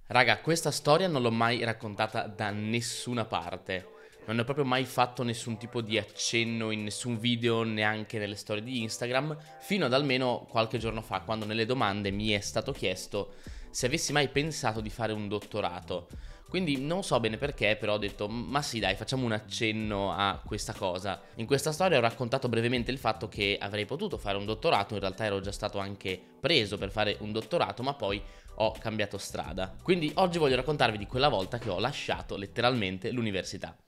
Raga, questa storia non l'ho mai raccontata da nessuna parte. Non ne ho proprio mai fatto nessun tipo di accenno in nessun video, neanche nelle storie di Instagram, fino ad almeno qualche giorno fa, quando nelle domande mi è stato chiesto se avessi mai pensato di fare un dottorato. Quindi non so bene perché, però ho detto, ma sì dai, facciamo un accenno a questa cosa. In questa storia ho raccontato brevemente il fatto che avrei potuto fare un dottorato, in realtà ero già stato anche preso per fare un dottorato, ma poi ho cambiato strada. Quindi oggi voglio raccontarvi di quella volta che ho lasciato letteralmente l'università.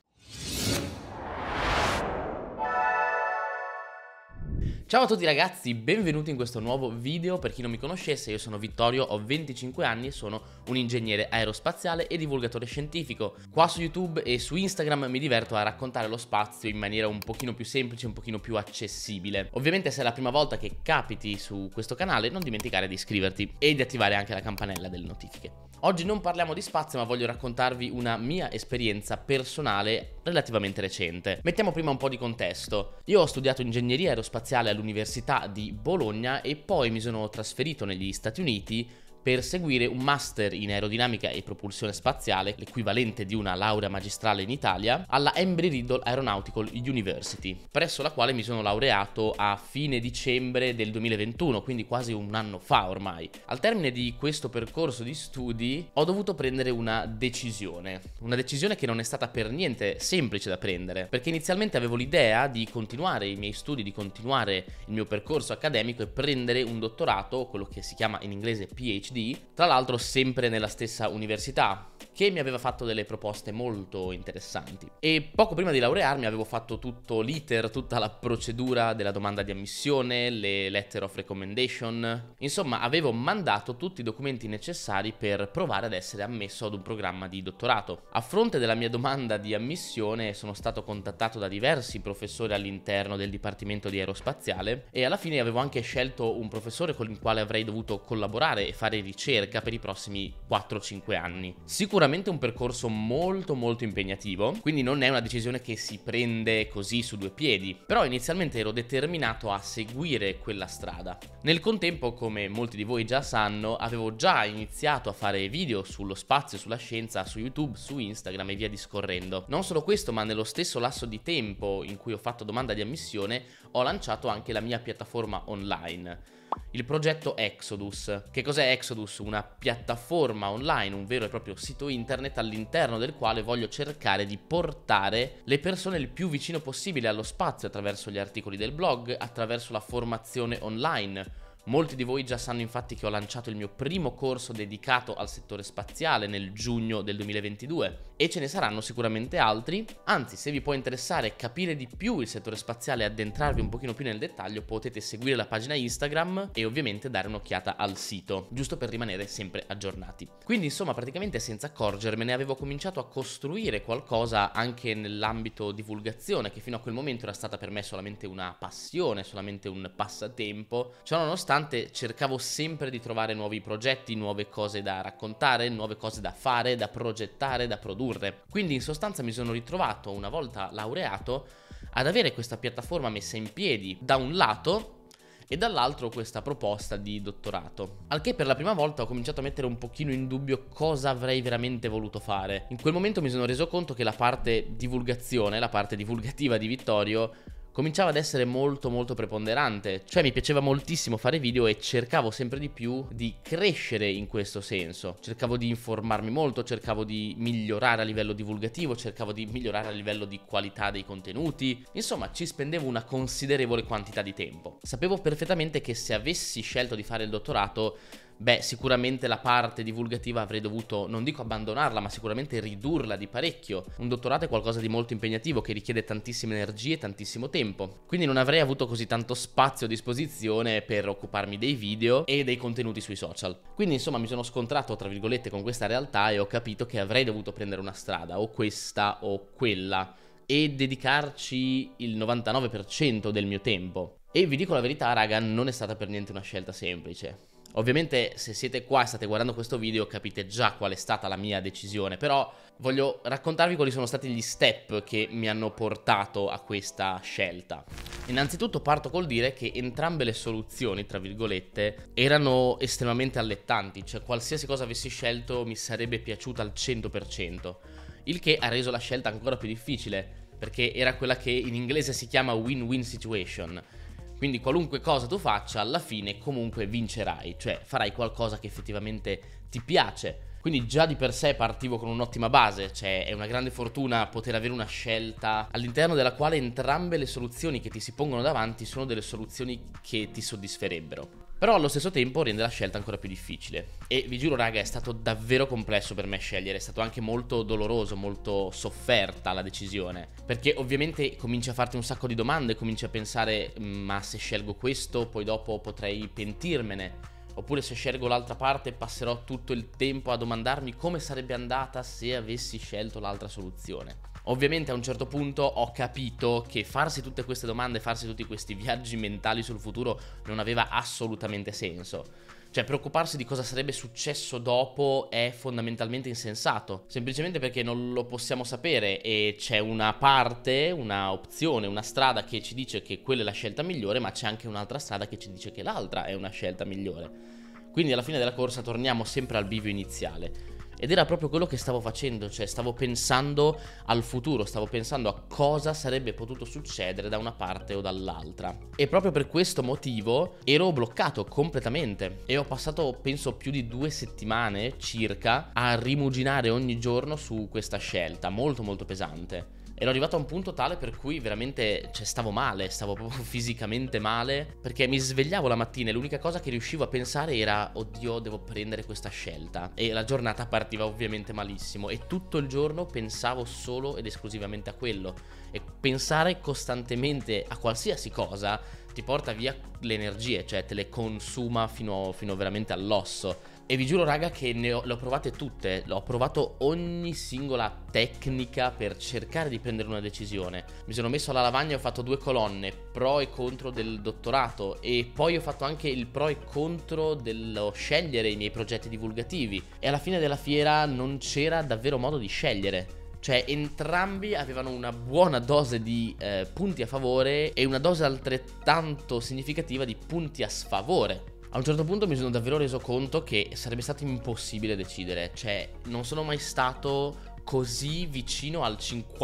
Ciao a tutti ragazzi, benvenuti in questo nuovo video. Per chi non mi conoscesse, io sono Vittorio, ho 25 anni e sono un ingegnere aerospaziale e divulgatore scientifico. Qua su YouTube e su Instagram mi diverto a raccontare lo spazio in maniera un pochino più semplice, un pochino più accessibile. Ovviamente se è la prima volta che capiti su questo canale, non dimenticare di iscriverti e di attivare anche la campanella delle notifiche. Oggi non parliamo di spazio, ma voglio raccontarvi una mia esperienza personale relativamente recente. Mettiamo prima un po' di contesto. Io ho studiato ingegneria aerospaziale all'Università di Bologna e poi mi sono trasferito negli Stati Uniti per seguire un master in aerodinamica e propulsione spaziale, l'equivalente di una laurea magistrale in Italia, alla Embry-Riddle Aeronautical University, presso la quale mi sono laureato a fine dicembre del 2021, quindi quasi un anno fa ormai. Al termine di questo percorso di studi ho dovuto prendere una decisione che non è stata per niente semplice da prendere, perché inizialmente avevo l'idea di continuare i miei studi, di continuare il mio percorso accademico e prendere un dottorato, quello che si chiama in inglese PhD, tra l'altro sempre nella stessa università, che mi aveva fatto delle proposte molto interessanti. E poco prima di laurearmi avevo fatto tutto l'iter, tutta la procedura della domanda di ammissione, le letter of recommendation, insomma avevo mandato tutti i documenti necessari per provare ad essere ammesso ad un programma di dottorato. A fronte della mia domanda di ammissione sono stato contattato da diversi professori all'interno del Dipartimento di Aerospaziale e alla fine avevo anche scelto un professore con il quale avrei dovuto collaborare e fare ricerca per i prossimi 4-5 anni. Sicuramente un percorso molto impegnativo, quindi non è una decisione che si prende così su due piedi, però inizialmente ero determinato a seguire quella strada. Nel contempo, come molti di voi già sanno, avevo già iniziato a fare video sullo spazio, sulla scienza, su YouTube, su Instagram e via discorrendo. Non solo questo, ma nello stesso lasso di tempo in cui ho fatto domanda di ammissione, ho lanciato anche la mia piattaforma online. Il progetto Exodus. Che cos'è Exodus? Una piattaforma online, un vero e proprio sito internet all'interno del quale voglio cercare di portare le persone il più vicino possibile allo spazio attraverso gli articoli del blog, attraverso la formazione online. Molti di voi già sanno infatti che ho lanciato il mio primo corso dedicato al settore spaziale nel giugno del 2022 e ce ne saranno sicuramente altri. Anzi, se vi può interessare capire di più il settore spaziale e addentrarvi un pochino più nel dettaglio, potete seguire la pagina Instagram e ovviamente dare un'occhiata al sito, giusto per rimanere sempre aggiornati. Quindi insomma, praticamente senza accorgermene avevo cominciato a costruire qualcosa anche nell'ambito divulgazione, che fino a quel momento era stata per me solamente una passione, solamente un passatempo. Ciononostante cercavo sempre di trovare nuovi progetti, nuove cose da raccontare, nuove cose da fare, da progettare, da produrre. Quindi in sostanza mi sono ritrovato, una volta laureato, ad avere questa piattaforma messa in piedi da un lato e dall'altro questa proposta di dottorato. Al che per la prima volta ho cominciato a mettere un pochino in dubbio cosa avrei veramente voluto fare. In quel momento mi sono reso conto che la parte divulgazione, la parte divulgativa di Vittorio cominciava ad essere molto preponderante, cioè mi piaceva moltissimo fare video e cercavo sempre di più di crescere in questo senso. Cercavo di informarmi molto, cercavo di migliorare a livello divulgativo, cercavo di migliorare a livello di qualità dei contenuti, insomma ci spendevo una considerevole quantità di tempo. Sapevo perfettamente che se avessi scelto di fare il dottorato, sicuramente la parte divulgativa avrei dovuto, non dico abbandonarla, ma sicuramente ridurla di parecchio. Un dottorato è qualcosa di molto impegnativo che richiede tantissime energie e tantissimo tempo. Quindi non avrei avuto così tanto spazio a disposizione per occuparmi dei video e dei contenuti sui social. Quindi insomma mi sono scontrato tra virgolette con questa realtà e ho capito che avrei dovuto prendere una strada, o questa o quella, e dedicarci il 99% del mio tempo. E vi dico la verità, raga, non è stata per niente una scelta semplice. Ovviamente se siete qua e state guardando questo video capite già qual è stata la mia decisione, però voglio raccontarvi quali sono stati gli step che mi hanno portato a questa scelta. Innanzitutto parto col dire che entrambe le soluzioni, tra virgolette, erano estremamente allettanti, cioè qualsiasi cosa avessi scelto mi sarebbe piaciuta al 100%, il che ha reso la scelta ancora più difficile, perché era quella che in inglese si chiama win-win situation. Quindi qualunque cosa tu faccia, alla fine comunque vincerai, cioè farai qualcosa che effettivamente ti piace. Quindi già di per sé partivo con un'ottima base, cioè è una grande fortuna poter avere una scelta all'interno della quale entrambe le soluzioni che ti si pongono davanti sono delle soluzioni che ti soddisferebbero. Però allo stesso tempo rende la scelta ancora più difficile. E vi giuro raga, è stato davvero complesso per me scegliere, è stato anche molto doloroso, molto sofferta la decisione. Perché ovviamente cominci a farti un sacco di domande, cominci a pensare ma se scelgo questo poi dopo potrei pentirmene. Oppure se scelgo l'altra parte passerò tutto il tempo a domandarmi come sarebbe andata se avessi scelto l'altra soluzione. Ovviamente a un certo punto ho capito che farsi tutte queste domande, farsi tutti questi viaggi mentali sul futuro non aveva assolutamente senso. Cioè preoccuparsi di cosa sarebbe successo dopo è fondamentalmente insensato, semplicemente perché non lo possiamo sapere e c'è una parte, una opzione, una strada che ci dice che quella è la scelta migliore, ma c'è anche un'altra strada che ci dice che l'altra è una scelta migliore. Quindi alla fine della corsa torniamo sempre al bivio iniziale. Ed era proprio quello che stavo facendo, cioè stavo pensando al futuro, stavo pensando a cosa sarebbe potuto succedere da una parte o dall'altra. E proprio per questo motivo ero bloccato completamente e ho passato, penso, più di 2 settimane circa a rimuginare ogni giorno su questa scelta, molto molto pesante. Ero arrivato a un punto tale per cui veramente, cioè, stavo male, stavo proprio fisicamente male, perché mi svegliavo la mattina e l'unica cosa che riuscivo a pensare era oddio, devo prendere questa scelta. E la giornata partiva ovviamente malissimo e tutto il giorno pensavo solo ed esclusivamente a quello. E pensare costantemente a qualsiasi cosa ti porta via le energie, cioè te le consuma fino veramente all'osso. E vi giuro raga che le ho provate tutte, ho provato ogni singola tecnica per cercare di prendere una decisione. Mi sono messo alla lavagna e ho fatto 2 colonne, pro e contro del dottorato, e poi ho fatto anche il pro e contro dello scegliere i miei progetti divulgativi. E alla fine della fiera non c'era davvero modo di scegliere. Cioè entrambi avevano una buona dose di punti a favore e una dose altrettanto significativa di punti a sfavore. A un certo punto mi sono davvero reso conto che sarebbe stato impossibile decidere. Cioè non sono mai stato così vicino al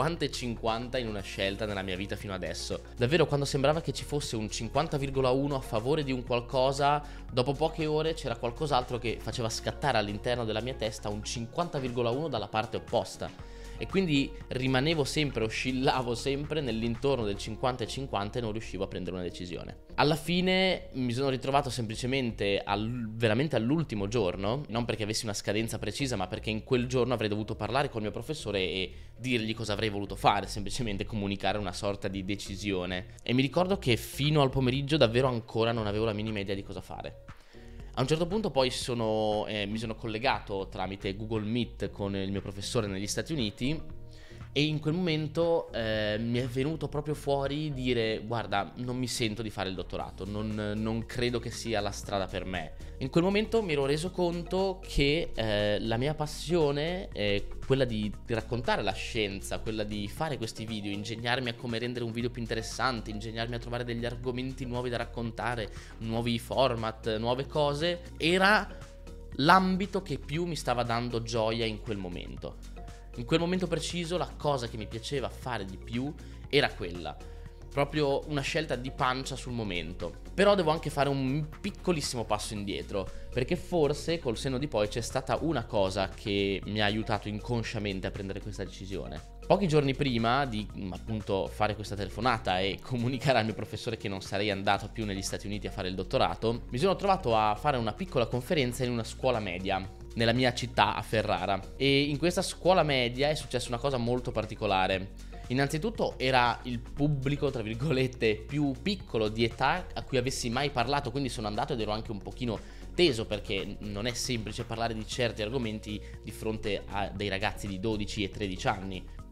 50-50 in una scelta nella mia vita fino adesso. Davvero, quando sembrava che ci fosse un 50,1 a favore di un qualcosa, dopo poche ore c'era qualcos'altro che faceva scattare all'interno della mia testa un 50,1 dalla parte opposta. E quindi rimanevo sempre, oscillavo sempre nell'intorno del 50 e 50 e non riuscivo a prendere una decisione. Alla fine mi sono ritrovato semplicemente veramente all'ultimo giorno, non perché avessi una scadenza precisa, ma perché in quel giorno avrei dovuto parlare col mio professore e dirgli cosa avrei voluto fare, semplicemente comunicare una sorta di decisione. E mi ricordo che fino al pomeriggio davvero ancora non avevo la minima idea di cosa fare. A un certo punto poi mi sono collegato tramite Google Meet con il mio professore negli Stati Uniti e in quel momento mi è venuto proprio fuori dire guarda, non mi sento di fare il dottorato, non credo che sia la strada per me. In quel momento mi ero reso conto che la mia passione, quella di raccontare la scienza, quella di fare questi video, ingegnarmi a come rendere un video più interessante, ingegnarmi a trovare degli argomenti nuovi da raccontare, nuovi format, nuove cose, era l'ambito che più mi stava dando gioia in quel momento. In quel momento preciso la cosa che mi piaceva fare di più era quella. Proprio una scelta di pancia sul momento. Però devo anche fare un piccolissimo passo indietro, perché forse col senno di poi c'è stata una cosa che mi ha aiutato inconsciamente a prendere questa decisione. Pochi giorni prima di appunto fare questa telefonata e comunicare al mio professore che non sarei andato più negli Stati Uniti a fare il dottorato, mi sono trovato a fare una piccola conferenza in una scuola media nella mia città, a Ferrara. E in questa scuola media è successa una cosa molto particolare. Innanzitutto era il pubblico, tra virgolette, più piccolo di età a cui avessi mai parlato, quindi sono andato ed ero anche un pochino teso perché non è semplice parlare di certi argomenti di fronte a dei ragazzi di 12 e 13 anni.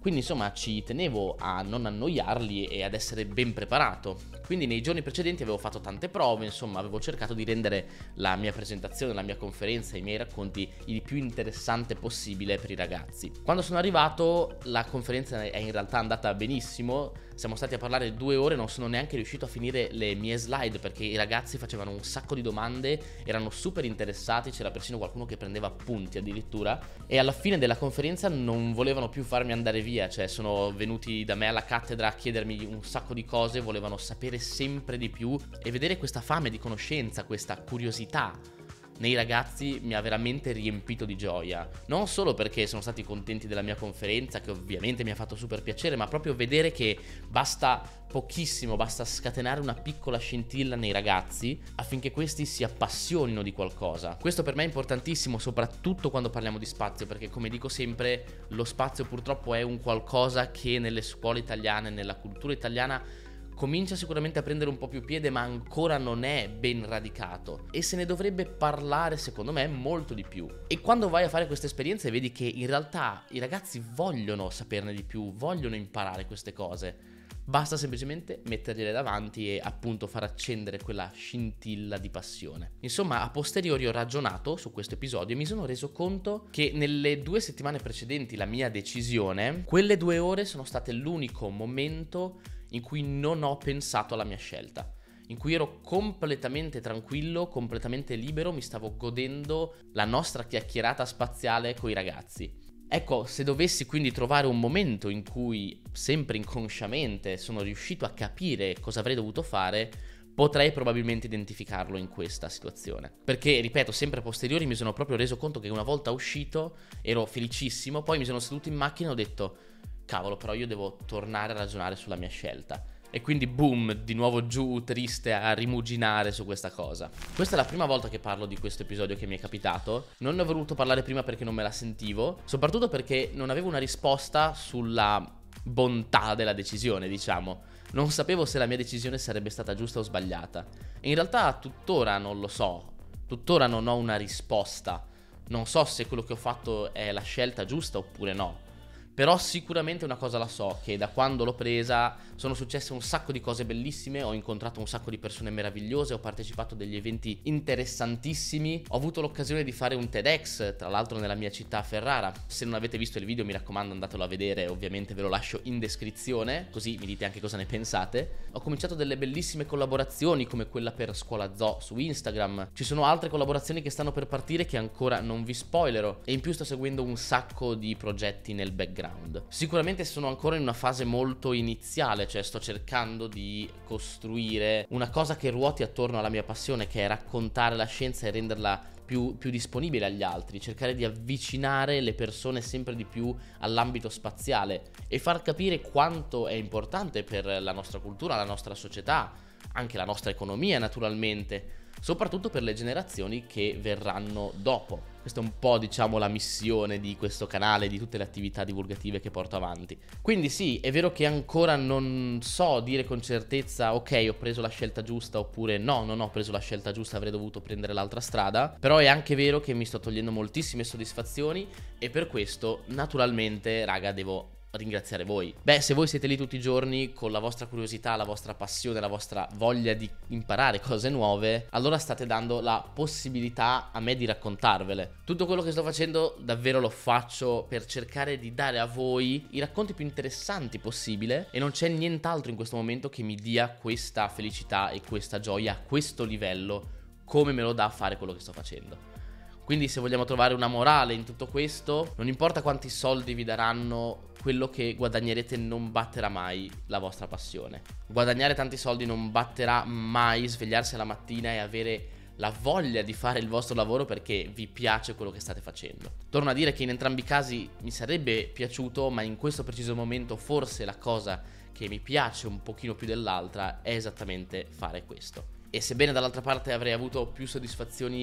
Quindi insomma ci tenevo a non annoiarli e ad essere ben preparato. Quindi nei giorni precedenti avevo fatto tante prove, insomma avevo cercato di rendere la mia presentazione, la mia conferenza, i miei racconti il più interessante possibile per i ragazzi. Quando sono arrivato la conferenza è in realtà andata benissimo, siamo stati a parlare 2 ore, non sono neanche riuscito a finire le mie slide perché i ragazzi facevano un sacco di domande, erano super interessati, c'era persino qualcuno che prendeva appunti addirittura, e alla fine della conferenza non volevano più farmi andare via, cioè sono venuti da me alla cattedra a chiedermi un sacco di cose, volevano sapere sempre di più e vedere questa fame di conoscenza, questa curiosità nei ragazzi mi ha veramente riempito di gioia. Non solo perché sono stati contenti della mia conferenza, che ovviamente mi ha fatto super piacere, ma proprio vedere che basta pochissimo, basta scatenare una piccola scintilla nei ragazzi affinché questi si appassionino di qualcosa. Questo per me è importantissimo, soprattutto quando parliamo di spazio, perché come dico sempre, lo spazio purtroppo è un qualcosa che nelle scuole italiane, nella cultura italiana comincia sicuramente a prendere un po' più piede, ma ancora non è ben radicato e se ne dovrebbe parlare secondo me molto di più. E quando vai a fare queste esperienze vedi che in realtà i ragazzi vogliono saperne di più, vogliono imparare queste cose. Basta semplicemente mettergliele davanti e appunto far accendere quella scintilla di passione. Insomma, a posteriori ho ragionato su questo episodio e mi sono reso conto che nelle 2 settimane precedenti la mia decisione, quelle 2 ore sono state l'unico momento in cui non ho pensato alla mia scelta, in cui ero completamente tranquillo, completamente libero, mi stavo godendo la nostra chiacchierata spaziale coi ragazzi. Ecco, se dovessi quindi trovare un momento in cui, sempre inconsciamente, sono riuscito a capire cosa avrei dovuto fare, potrei probabilmente identificarlo in questa situazione. Perché, ripeto, sempre a posteriori mi sono proprio reso conto che una volta uscito ero felicissimo, poi mi sono seduto in macchina e ho detto cavolo, però io devo tornare a ragionare sulla mia scelta. E quindi boom, di nuovo giù, triste, a rimuginare su questa cosa. Questa è la prima volta che parlo di questo episodio che mi è capitato. Non ne ho voluto parlare prima perché non me la sentivo, soprattutto perché non avevo una risposta sulla bontà della decisione, diciamo. Non sapevo se la mia decisione sarebbe stata giusta o sbagliata. E in realtà tuttora non lo so. Tuttora non ho una risposta. Non so se quello che ho fatto è la scelta giusta oppure no. Però sicuramente una cosa la so, che da quando l'ho presa sono successe un sacco di cose bellissime, ho incontrato un sacco di persone meravigliose, ho partecipato a degli eventi interessantissimi, ho avuto l'occasione di fare un TEDx, tra l'altro nella mia città Ferrara. Se non avete visto il video mi raccomando andatelo a vedere, ovviamente ve lo lascio in descrizione, così mi dite anche cosa ne pensate. Ho cominciato delle bellissime collaborazioni come quella per Scuola Zoo su Instagram, ci sono altre collaborazioni che stanno per partire che ancora non vi spoilerò e in più sto seguendo un sacco di progetti nel background. Sicuramente sono ancora in una fase molto iniziale, cioè sto cercando di costruire una cosa che ruoti attorno alla mia passione, che è raccontare la scienza e renderla più disponibile agli altri, cercare di avvicinare le persone sempre di più all'ambito spaziale e far capire quanto è importante per la nostra cultura, la nostra società, anche la nostra economia naturalmente, soprattutto per le generazioni che verranno dopo. Questa è un po', diciamo, la missione di questo canale, di tutte le attività divulgative che porto avanti. Quindi sì, è vero che ancora non so dire con certezza ok, ho preso la scelta giusta oppure no, non ho preso la scelta giusta, avrei dovuto prendere l'altra strada. Però è anche vero che mi sto togliendo moltissime soddisfazioni e per questo naturalmente, raga, devo ringraziare voi. Beh, se voi siete lì tutti i giorni con la vostra curiosità, la vostra passione, la vostra voglia di imparare cose nuove, allora state dando la possibilità a me di raccontarvele. Tutto quello che sto facendo davvero lo faccio per cercare di dare a voi i racconti più interessanti possibile e non c'è nient'altro in questo momento che mi dia questa felicità e questa gioia a questo livello come me lo dà fare quello che sto facendo. Quindi se vogliamo trovare una morale in tutto questo, non importa quanti soldi vi daranno, quello che guadagnerete non batterà mai la vostra passione. Guadagnare tanti soldi non batterà mai svegliarsi alla mattina e avere la voglia di fare il vostro lavoro perché vi piace quello che state facendo. Torno a dire che in entrambi i casi mi sarebbe piaciuto, ma in questo preciso momento forse la cosa che mi piace un pochino più dell'altra è esattamente fare questo. E sebbene dall'altra parte avrei avuto più soddisfazioni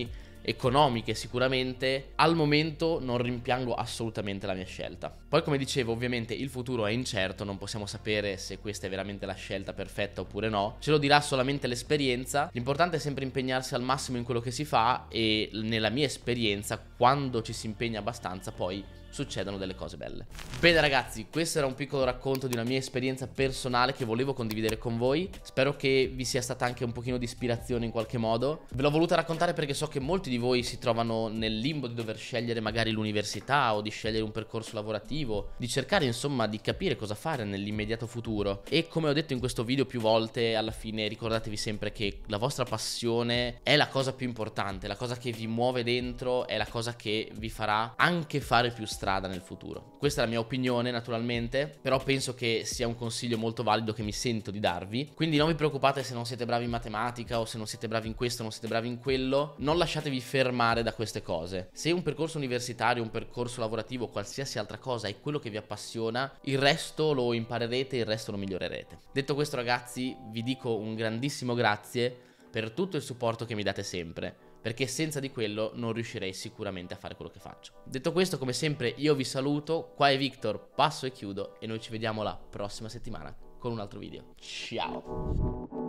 economiche sicuramente, al momento non rimpiango assolutamente la mia scelta. Poi, come dicevo, ovviamente il futuro è incerto, non possiamo sapere se questa è veramente la scelta perfetta oppure no, ce lo dirà solamente l'esperienza. L'importante è sempre impegnarsi al massimo in quello che si fa, e nella mia esperienza, quando ci si impegna abbastanza, poi succedono delle cose belle. Bene ragazzi, questo era un piccolo racconto di una mia esperienza personale che volevo condividere con voi. Spero che vi sia stata anche un pochino di ispirazione in qualche modo. Ve l'ho voluta raccontare perché so che molti di voi si trovano nel limbo di dover scegliere magari l'università o di scegliere un percorso lavorativo, di cercare insomma di capire cosa fare nell'immediato futuro. E come ho detto in questo video più volte, alla fine ricordatevi sempre che la vostra passione è la cosa più importante, la cosa che vi muove dentro, è la cosa che vi farà anche fare più strada nel futuro. Questa è la mia opinione naturalmente, però penso che sia un consiglio molto valido che mi sento di darvi. Quindi non vi preoccupate se non siete bravi in matematica o se non siete bravi in questo, non siete bravi in quello, non lasciatevi fermare da queste cose. Se un percorso universitario, un percorso lavorativo, qualsiasi altra cosa è quello che vi appassiona, il resto lo imparerete, il resto lo migliorerete. Detto questo ragazzi, vi dico un grandissimo grazie per tutto il supporto che mi date sempre, perché senza di quello non riuscirei sicuramente a fare quello che faccio. Detto questo, come sempre io vi saluto, qua è Victor, passo e chiudo, e noi ci vediamo la prossima settimana con un altro video. Ciao!